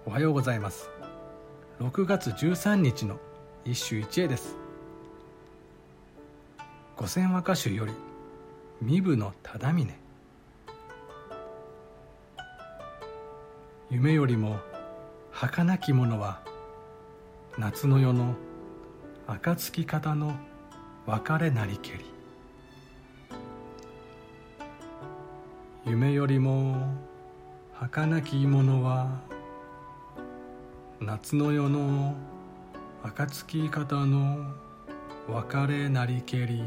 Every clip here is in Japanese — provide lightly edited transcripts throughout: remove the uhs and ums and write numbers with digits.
おはようございます。6月13日の一首一会です。五千和歌集より身分の忠峰。夢よりも儚きものは夏の夜の暁方の別れなりけり。夢よりも儚きものは夏の夜の暁方の別れなりけり。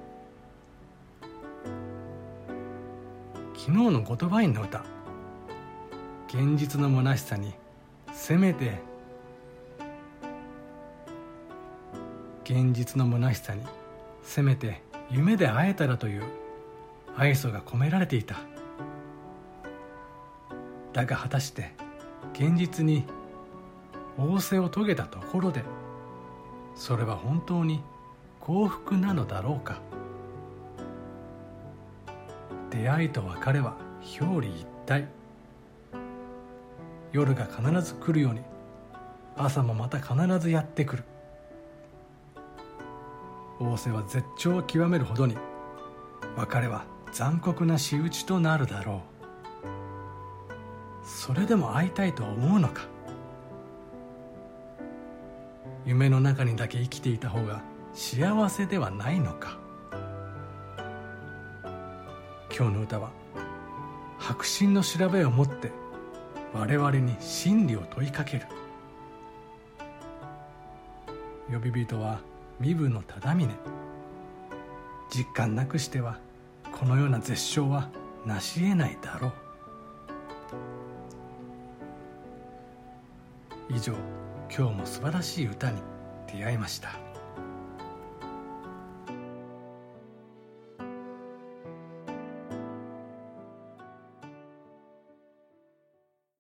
昨日のゴトバインの歌、現実の虚しさにせめて夢で会えたらという愛想が込められていた。だが果たして現実に仰せを遂げたところで、それは本当に幸福なのだろうか。出会いと別れは表裏一体。夜が必ず来るように朝もまた必ずやってくる。仰せは絶頂を極めるほどに、別れは残酷な仕打ちとなるだろう。それでも会いたいと思うのか。夢の中にだけ生きていた方が幸せではないのか。今日の歌は迫真の調べをもって我々に真理を問いかける。呼び人は身分の忠峰。実感なくしてはこのような絶唱はなし得ないだろう。以上、今日も素晴らしい歌に出会いました。